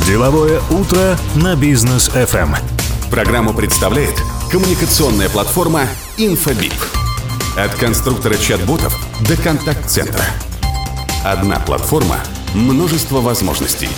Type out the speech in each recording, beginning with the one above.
Деловое утро на Бизнес FM. Программу представляет коммуникационная платформа «Инфобип». От конструктора чат-ботов до контакт-центра. Одна платформа, множество возможностей.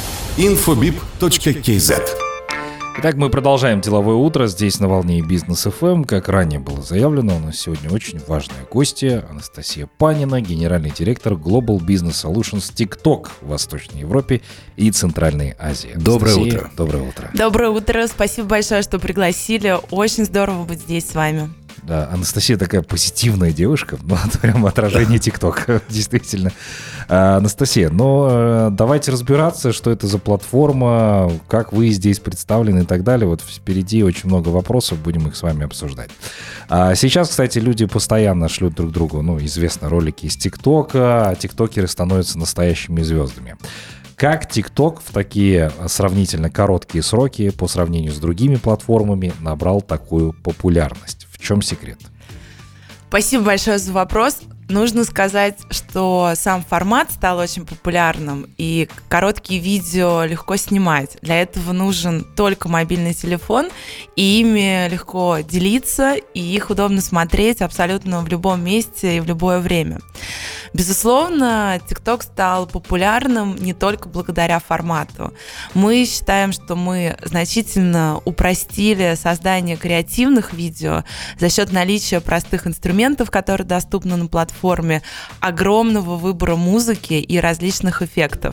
infobip.kz. Итак, мы продолжаем деловое утро здесь на волне Бизнес FM. Как ранее было заявлено, у нас сегодня очень важные гости. Анастасия Панина, генеральный директор Global Business Solutions TikTok в Восточной Европе и Центральной Азии. Доброе утро. Доброе утро. Доброе утро. Спасибо большое, что пригласили. Очень здорово быть здесь с вами. Да, Анастасия такая позитивная девушка, ну, прямо отражение TikTok, действительно. Анастасия, давайте разбираться, что это за платформа, как вы здесь представлены и так далее. Вот впереди очень много вопросов, будем их с вами обсуждать. Сейчас, кстати, люди постоянно шлют друг другу, известно, ролики из TikTok, а тиктокеры становятся настоящими звездами. Как TikTok в такие сравнительно короткие сроки по сравнению с другими платформами набрал такую популярность? В чем секрет? Спасибо большое за вопрос. Нужно сказать, что сам формат стал очень популярным, и короткие видео легко снимать. Для этого нужен только мобильный телефон, и ими легко делиться, и их удобно смотреть абсолютно в любом месте и в любое время. Безусловно, TikTok стал популярным не только благодаря формату. Мы считаем, что мы значительно упростили создание креативных видео за счет наличия простых инструментов, которые доступны на платформе, огромного выбора музыки и различных эффектов.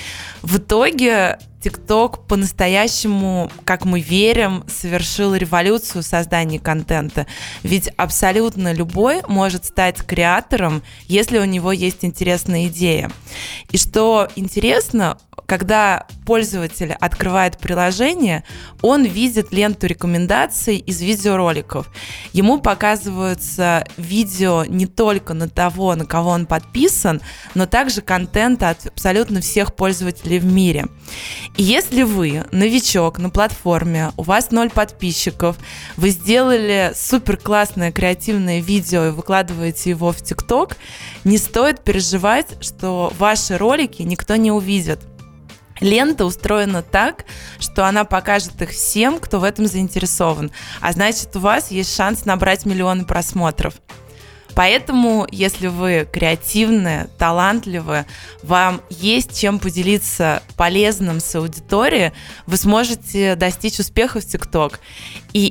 В итоге TikTok по-настоящему, как мы верим, совершил революцию в создании контента. Ведь абсолютно любой может стать креатором, если у него есть интересная идея. И что интересно, когда пользователь открывает приложение, он видит ленту рекомендаций из видеороликов. Ему показываются видео не только на того, на кого он подписан, но также контент от абсолютно всех пользователей в мире. И если вы новичок на платформе, у вас 0 подписчиков, вы сделали супер классное креативное видео и выкладываете его в TikTok, не стоит переживать, что ваши ролики никто не увидит. Лента устроена так, что она покажет их всем, кто в этом заинтересован. А значит, у вас есть шанс набрать миллионы просмотров. Поэтому, если вы креативные, талантливые, вам есть чем поделиться полезным с аудиторией, вы сможете достичь успеха в TikTok. И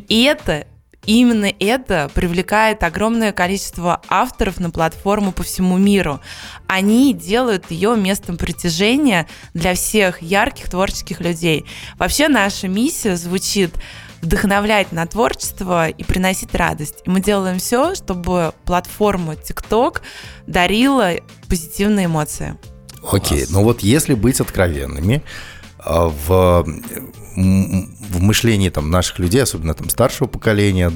именно это привлекает огромное количество авторов на платформу по всему миру. Они делают ее местом притяжения для всех ярких творческих людей. Вообще наша миссия звучит вдохновлять на творчество и приносить радость. И мы делаем все, чтобы платформа TikTok дарила позитивные эмоции. Окей, если быть откровенными, в мышлении наших людей, особенно старшего поколения,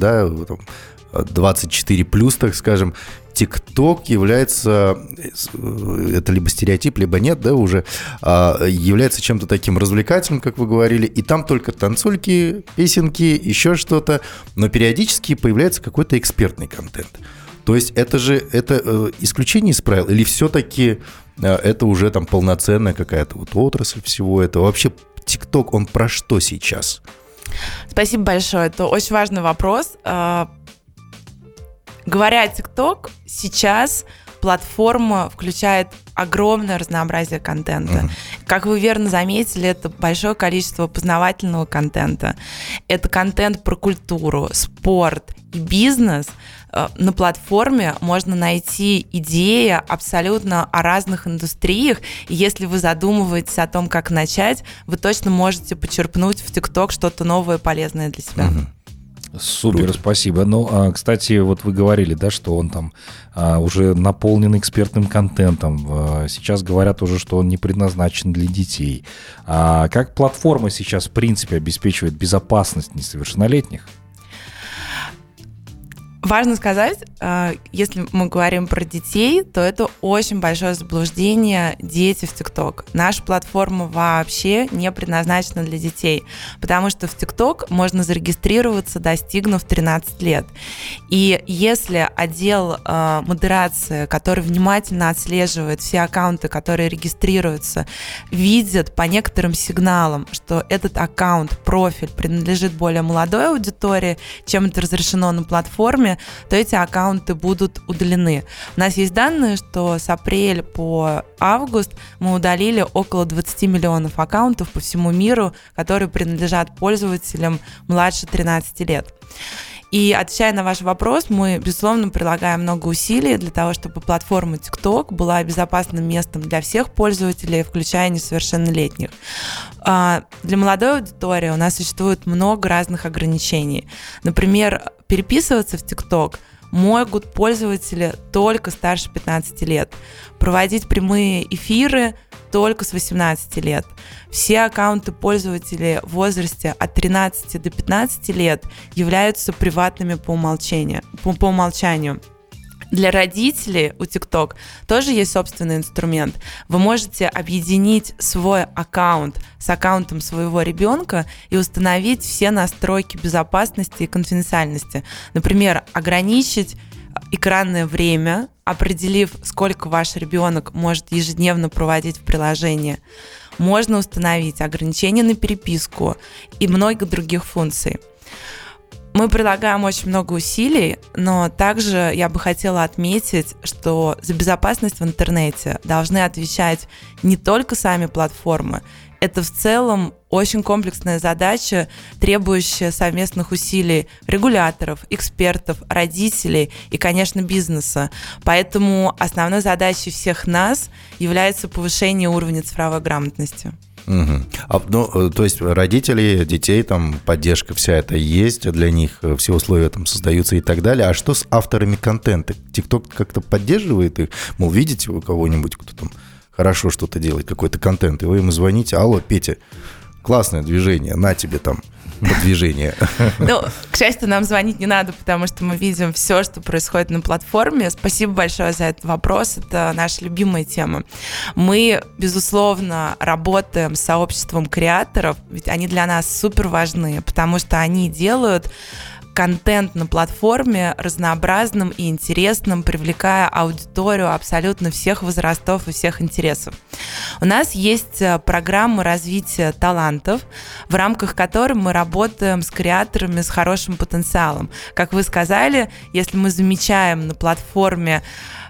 24 плюс, так скажем, TikTok является, это либо стереотип, либо нет, уже является чем-то таким развлекательным, как вы говорили, и там только танцульки, песенки, еще что-то, но периодически появляется какой-то экспертный контент. То есть это исключение из правил, или все-таки это уже полноценная какая-то отрасль всего этого? Вообще TikTok, он про что сейчас? Спасибо большое, это очень важный вопрос. Говоря о TikTok, сейчас платформа включает огромное разнообразие контента. Как вы верно заметили, это большое количество познавательного контента. Это контент про культуру, спорт и бизнес. На платформе можно найти идеи абсолютно о разных индустриях. И если вы задумываетесь о том, как начать, вы точно можете почерпнуть в TikTok что-то новое и полезное для себя. Супер, спасибо. Кстати, вы говорили, что он уже наполнен экспертным контентом. Сейчас говорят уже, что он не предназначен для детей. Как платформа сейчас, в принципе, обеспечивает безопасность несовершеннолетних? Важно сказать, если мы говорим про детей, то это очень большое заблуждение дети в ТикТок. Наша платформа вообще не предназначена для детей, потому что в ТикТок можно зарегистрироваться, достигнув 13 лет. И если отдел модерации, который внимательно отслеживает все аккаунты, которые регистрируются, видит по некоторым сигналам, что этот аккаунт, профиль принадлежит более молодой аудитории, чем это разрешено на платформе, то эти аккаунты будут удалены. У нас есть данные, что с апреля по август мы удалили около 20 миллионов аккаунтов по всему миру, которые принадлежат пользователям младше 13 лет. И отвечая на ваш вопрос, мы, безусловно, прилагаем много усилий для того, чтобы платформа TikTok была безопасным местом для всех пользователей, включая несовершеннолетних. Для молодой аудитории у нас существует много разных ограничений. Например, переписываться в TikTok могут пользователи только старше 15 лет. Проводить прямые эфиры только с 18 лет. Все аккаунты пользователей в возрасте от 13 до 15 лет являются приватными по умолчанию. Для родителей у TikTok тоже есть собственный инструмент. Вы можете объединить свой аккаунт с аккаунтом своего ребенка и установить все настройки безопасности и конфиденциальности. Например, ограничить экранное время, определив, сколько ваш ребенок может ежедневно проводить в приложении. Можно установить ограничения на переписку и много других функций. Мы прилагаем очень много усилий, но также я бы хотела отметить, что за безопасность в интернете должны отвечать не только сами платформы. Это в целом очень комплексная задача, требующая совместных усилий регуляторов, экспертов, родителей и, конечно, бизнеса. Поэтому основной задачей всех нас является повышение уровня цифровой грамотности. Угу. То есть родители, детей, там поддержка вся это есть, для них все условия там создаются и так далее. А что с авторами контента? TikTok как-то поддерживает их? Мол, видите вы кого-нибудь, кто там хорошо что-то делает, какой-то контент, и вы ему звоните: алло, Петя, классное движение, на тебе там движение. Ну, к счастью, нам звонить не надо, потому что мы видим все, что происходит на платформе. Спасибо большое за этот вопрос. Это наша любимая тема. Мы, безусловно, работаем с сообществом креаторов, ведь они для нас супер важны, потому что они делают контент на платформе разнообразным и интересным, привлекая аудиторию абсолютно всех возрастов и всех интересов. У нас есть программа развития талантов, в рамках которой мы работаем с креаторами с хорошим потенциалом. Как вы сказали, если мы замечаем на платформе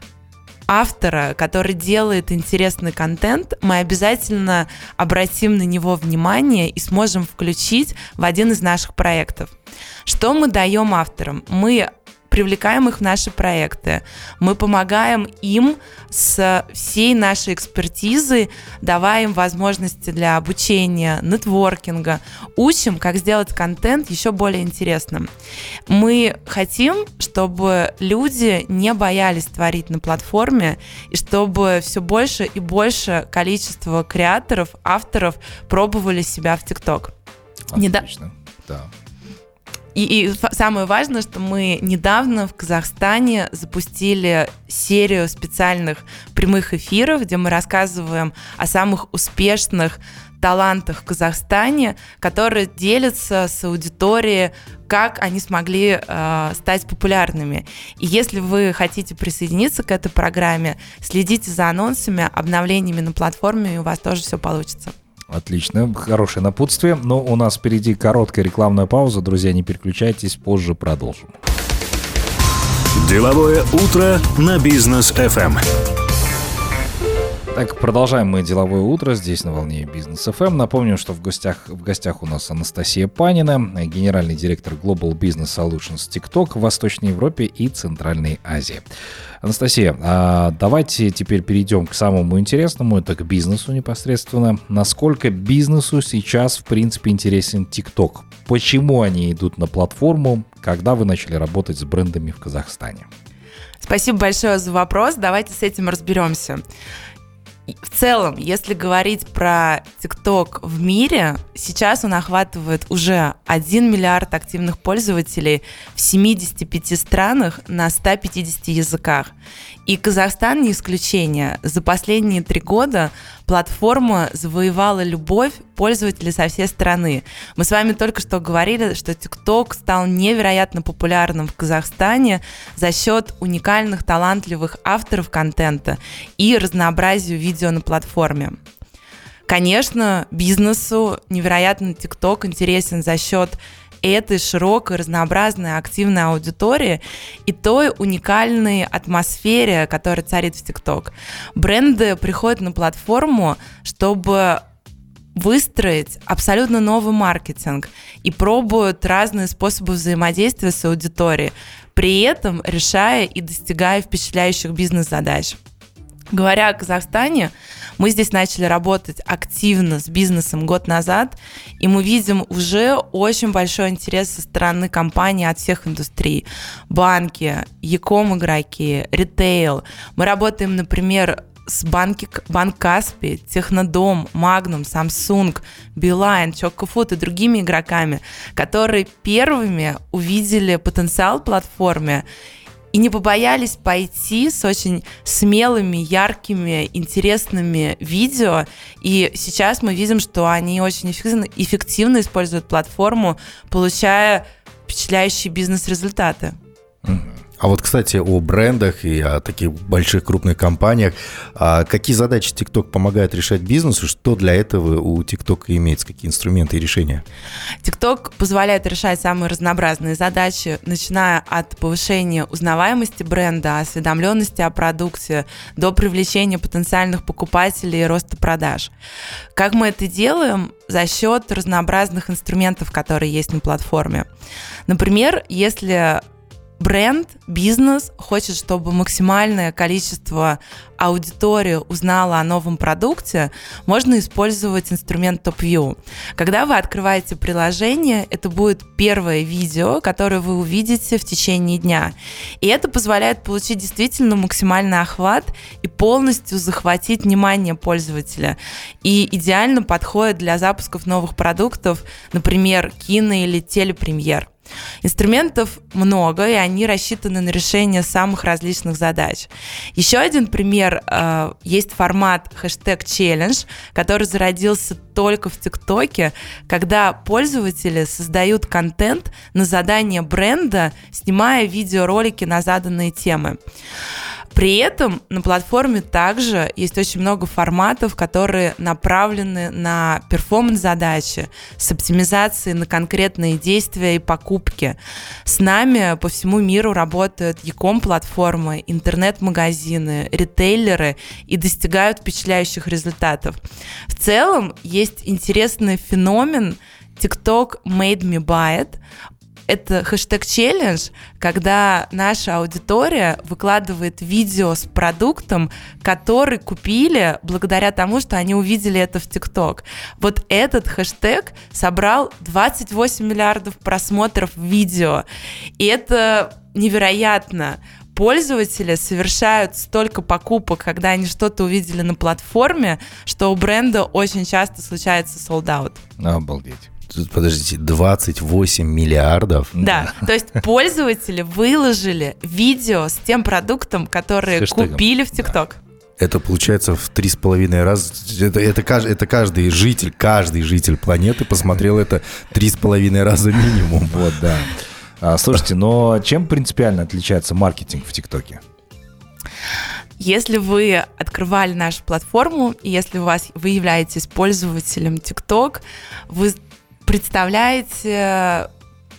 автора, который делает интересный контент, мы обязательно обратим на него внимание и сможем включить в один из наших проектов. Что мы даем авторам? Мы привлекаем их в наши проекты, мы помогаем им с всей нашей экспертизой, давая им возможности для обучения, нетворкинга, учим, как сделать контент еще более интересным. Мы хотим, чтобы люди не боялись творить на платформе, и чтобы все больше и больше количество креаторов, авторов пробовали себя в ТикТок. Отлично, да. И самое важное, что мы недавно в Казахстане запустили серию специальных прямых эфиров, где мы рассказываем о самых успешных талантах в Казахстане, которые делятся с аудиторией, как они смогли стать популярными. И если вы хотите присоединиться к этой программе, следите за анонсами, обновлениями на платформе, и у вас тоже все получится. Отлично, хорошее напутствие. Но у нас впереди короткая рекламная пауза. Друзья, не переключайтесь, позже продолжим. Деловое утро на Бизнес FM. Так, продолжаем мы деловое утро здесь на волне Бизнес FM. Напомню, что в гостях у нас Анастасия Панина, генеральный директор Global Business Solutions TikTok в Восточной Европе и Центральной Азии. Анастасия, давайте теперь перейдем к самому интересному, это к бизнесу непосредственно. Насколько бизнесу сейчас, в принципе, интересен TikTok? Почему они идут на платформу? Когда вы начали работать с брендами в Казахстане? Спасибо большое за вопрос. Давайте с этим разберемся. В целом, если говорить про TikTok в мире, сейчас он охватывает уже 1 миллиард активных пользователей в 75 странах на 150 языках. И Казахстан не исключение. За последние 3 года платформа завоевала любовь пользователей со всей страны. Мы с вами только что говорили, что TikTok стал невероятно популярным в Казахстане за счет уникальных, талантливых авторов контента и разнообразию видео на платформе. Конечно, бизнесу невероятно TikTok интересен за счет этой широкой, разнообразной, активной аудитории и той уникальной атмосфере, которая царит в TikTok. Бренды приходят на платформу, чтобы выстроить абсолютно новый маркетинг и пробуют разные способы взаимодействия с аудиторией, при этом решая и достигая впечатляющих бизнес-задач. Говоря о Казахстане, мы здесь начали работать активно с бизнесом год назад, и мы видим уже очень большой интерес со стороны компаний от всех индустрий. Банки, e-com-игроки, ритейл. Мы работаем, например, с Банк Каспий, Технодом, Магнум, Samsung, Билайн, Чокофуд и другими игроками, которые первыми увидели потенциал в платформе и не побоялись пойти с очень смелыми, яркими, интересными видео. И сейчас мы видим, что они очень эффективно используют платформу, получая впечатляющие бизнес-результаты. А вот, кстати, о брендах и о таких больших крупных компаниях. Какие задачи TikTok помогает решать бизнесу? Что для этого у TikTok имеется? Какие инструменты и решения? TikTok позволяет решать самые разнообразные задачи, начиная от повышения узнаваемости бренда, осведомленности о продукте, до привлечения потенциальных покупателей и роста продаж. Как мы это делаем? За счет разнообразных инструментов, которые есть на платформе. Например, если бренд, бизнес хочет, чтобы максимальное количество аудитории узнала о новом продукте, можно использовать инструмент TopView. Когда вы открываете приложение, это будет первое видео, которое вы увидите в течение дня. И это позволяет получить действительно максимальный охват и полностью захватить внимание пользователя. И идеально подходит для запусков новых продуктов, например, кино или телепремьер. Инструментов много, и они рассчитаны на решение самых различных задач. Еще один пример. Есть формат хэштег-челлендж, который зародился только в ТикТоке, когда пользователи создают контент на задание бренда, снимая видеоролики на заданные темы. При этом на платформе также есть очень много форматов, которые направлены на перформанс-задачи с оптимизацией на конкретные действия и покупки. С нами по всему миру работают e-com-платформы, интернет-магазины, ритейлеры и достигают впечатляющих результатов. В целом есть интересный феномен TikTok Made Me Buy It. Это хэштег-челлендж, когда наша аудитория выкладывает видео с продуктом, который купили благодаря тому, что они увидели это в TikTok. Вот этот хэштег собрал 28 миллиардов просмотров видео. И это невероятно. Пользователи совершают столько покупок, когда они что-то увидели на платформе, что у бренда очень часто случается sold-out. Обалдеть. Подождите, 28 миллиардов? Да, то есть пользователи выложили видео с тем продуктом, который купили в TikTok. Это получается в 3,5 раза. Это каждый житель планеты посмотрел это 3,5 раза минимум. Вот, да. Слушайте, но чем принципиально отличается маркетинг в ТикТоке? Если вы открывали нашу платформу, и если вы являетесь пользователем TikTok, вы представляете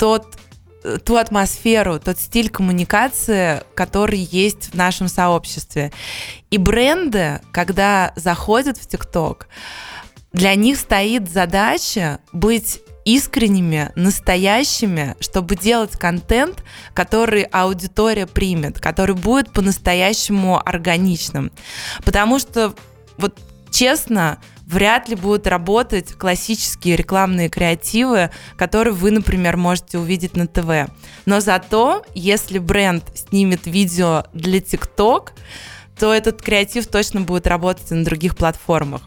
ту атмосферу, тот стиль коммуникации, который есть в нашем сообществе. И бренды, когда заходят в TikTok, для них стоит задача быть искренними, настоящими, чтобы делать контент, который аудитория примет, который будет по-настоящему органичным. Потому что, вот честно, вряд ли будут работать классические рекламные креативы, которые вы, например, можете увидеть на ТВ. Но зато, если бренд снимет видео для TikTok, то этот креатив точно будет работать и на других платформах.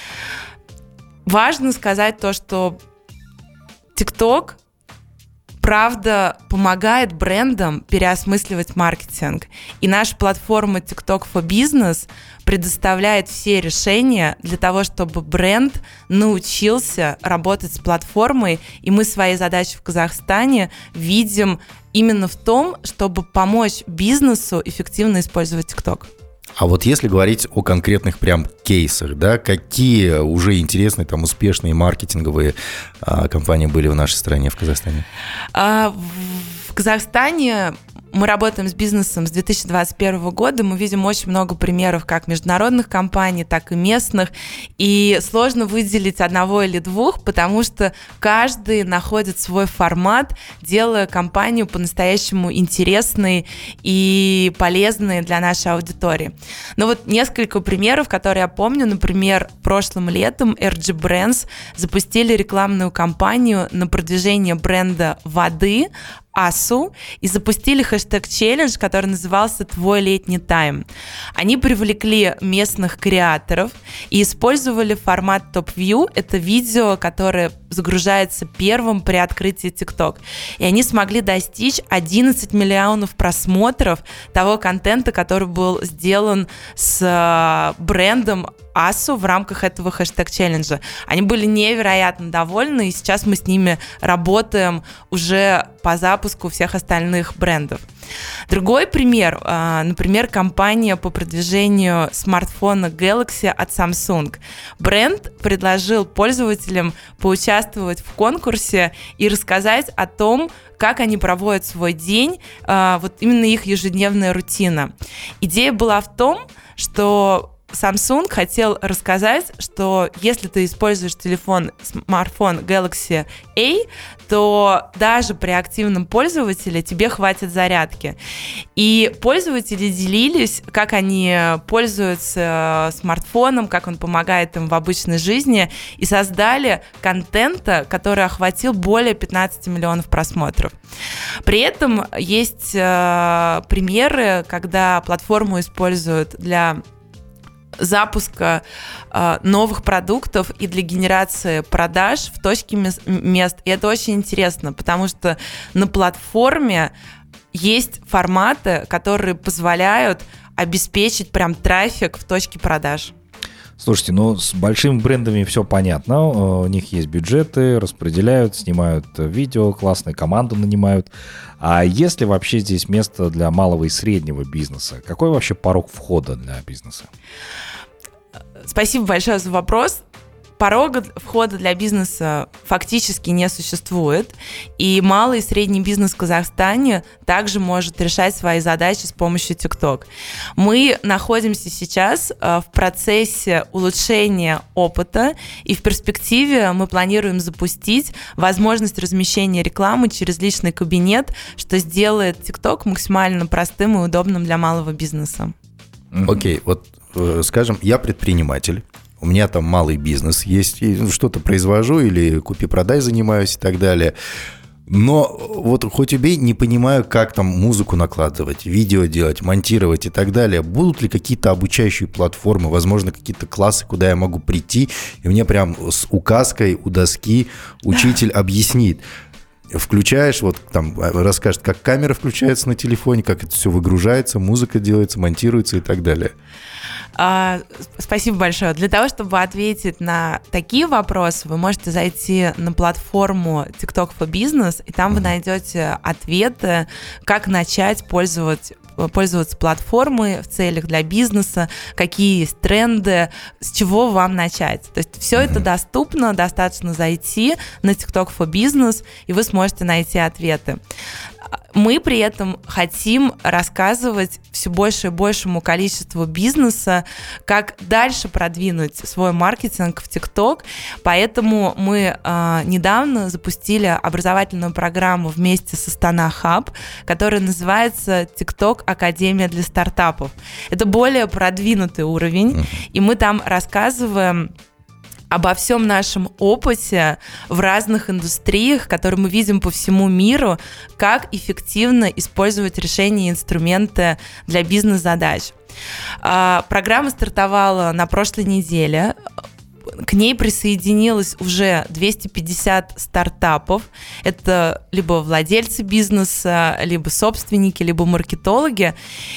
Важно сказать то, что TikTok правда помогает брендам переосмысливать маркетинг. И наша платформа TikTok for Business предоставляет все решения для того, чтобы бренд научился работать с платформой. И мы свои задачи в Казахстане видим именно в том, чтобы помочь бизнесу эффективно использовать TikTok. А вот если говорить о конкретных прям кейсах, да, какие уже интересные, там, успешные маркетинговые компании были в нашей стране, в Казахстане? В Казахстане мы работаем с бизнесом с 2021 года, мы видим очень много примеров как международных компаний, так и местных, и сложно выделить одного или двух, потому что каждый находит свой формат, делая компанию по-настоящему интересной и полезной для нашей аудитории. Но вот несколько примеров, которые я помню. Например, прошлым летом RG Brands запустили рекламную кампанию на продвижение бренда воды АСУ и запустили хэштег-челлендж, который назывался «Твой летний тайм». Они привлекли местных креаторов и использовали формат топ-вью. Это видео, которое загружается первым при открытии TikTok. И они смогли достичь 11 миллионов просмотров того контента, который был сделан с брендом АСУ в рамках этого хэштег-челленджа. Они были невероятно довольны, и сейчас мы с ними работаем уже по запуску всех остальных брендов. Другой пример, например, компания по продвижению смартфона Galaxy от Samsung. Бренд предложил пользователям поучаствовать в конкурсе и рассказать о том, как они проводят свой день, вот именно их ежедневная рутина. Идея была в том, что Samsung хотел рассказать, что если ты используешь смартфон Galaxy A, то даже при активном пользователе тебе хватит зарядки. И пользователи делились, как они пользуются смартфоном, как он помогает им в обычной жизни, и создали контента, который охватил более 15 миллионов просмотров. При этом есть примеры, когда платформу используют для запуска новых продуктов и для генерации продаж в точке мест. И это очень интересно, потому что на платформе есть форматы, которые позволяют обеспечить прям трафик в точке продаж. Слушайте, ну с большими брендами все понятно. У них есть бюджеты, распределяют, снимают видео, классные команду нанимают. А есть ли вообще здесь место для малого и среднего бизнеса? Какой вообще порог входа для бизнеса? Спасибо большое за вопрос. Порога входа для бизнеса фактически не существует, и малый и средний бизнес в Казахстане также может решать свои задачи с помощью TikTok. Мы находимся сейчас в процессе улучшения опыта, и в перспективе мы планируем запустить возможность размещения рекламы через личный кабинет, что сделает TikTok максимально простым и удобным для малого бизнеса. Окей, вот скажем, я предприниматель. У меня там малый бизнес есть, и что-то произвожу или купи-продай занимаюсь и так далее. Но вот хоть убей, не понимаю, как там музыку накладывать, видео делать, монтировать и так далее. Будут ли какие-то обучающие платформы, возможно, какие-то классы, куда я могу прийти, и мне прям с указкой у доски учитель объяснит. Включаешь, вот там расскажет, как камера включается на телефоне, как это все выгружается, музыка делается, монтируется и так далее. Спасибо большое. Для того, чтобы ответить на такие вопросы, вы можете зайти на платформу TikTok for Business, и там вы найдете ответы, как начать пользоваться платформой в целях для бизнеса, какие есть тренды, с чего вам начать. То есть все это доступно, достаточно зайти на TikTok for Business, и вы сможете найти ответы. Мы при этом хотим рассказывать все больше и большему количеству бизнеса, как дальше продвинуть свой маркетинг в TikTok. Поэтому мы недавно запустили образовательную программу вместе с Астана Хаб, которая называется TikTok Академия для стартапов. Это более продвинутый уровень, и мы там рассказываем обо всем нашем опыте в разных индустриях, которые мы видим по всему миру, как эффективно использовать решения и инструменты для бизнес-задач. Программа стартовала на прошлой неделе. К ней присоединилось уже 250 стартапов. Это либо владельцы бизнеса, либо собственники, либо маркетологи.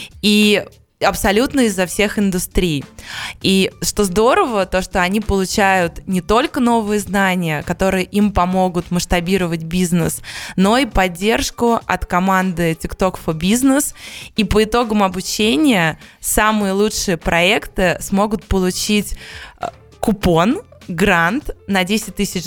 И абсолютно изо всех индустрий. И что здорово, то, что они получают не только новые знания, которые им помогут масштабировать бизнес, но и поддержку от команды TikTok for Business. И по итогам обучения самые лучшие проекты смогут получить купон, грант на $10 тысяч,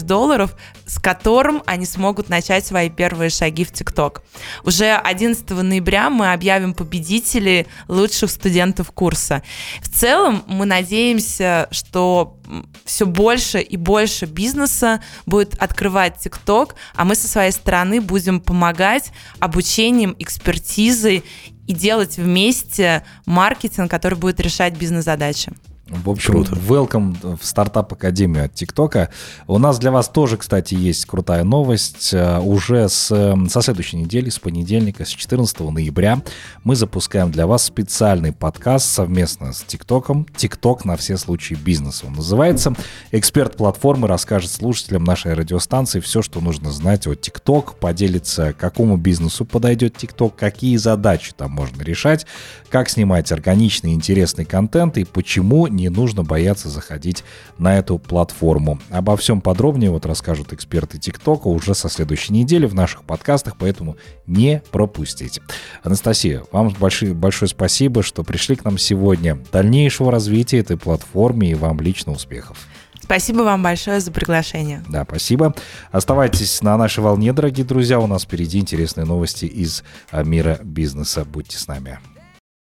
с которым они смогут начать свои первые шаги в ТикТок. Уже 11 ноября мы объявим победителей лучших студентов курса. В целом мы надеемся, что все больше и больше бизнеса будет открывать ТикТок, а мы со своей стороны будем помогать обучением, экспертизой и делать вместе маркетинг, который будет решать бизнес-задачи. В общем, welcome в стартап-академию от ТикТока. У нас для вас тоже, кстати, есть крутая новость. Уже со следующей недели, с понедельника, с 14 ноября, мы запускаем для вас специальный подкаст совместно с ТикТоком. ТикТок на все случаи бизнеса. Он называется. Эксперт платформы расскажет слушателям нашей радиостанции все, что нужно знать о ТикТок, поделится, какому бизнесу подойдет ТикТок, какие задачи там можно решать, как снимать органичный и интересный контент и почему не нужно бояться заходить на эту платформу. Обо всем подробнее расскажут эксперты ТикТока уже со следующей недели в наших подкастах, поэтому не пропустите. Анастасия, вам большое спасибо, что пришли к нам сегодня. Дальнейшего развития этой платформы и вам лично успехов. Спасибо вам большое за приглашение. Да, спасибо. Оставайтесь на нашей волне, дорогие друзья. У нас впереди интересные новости из мира бизнеса. Будьте с нами.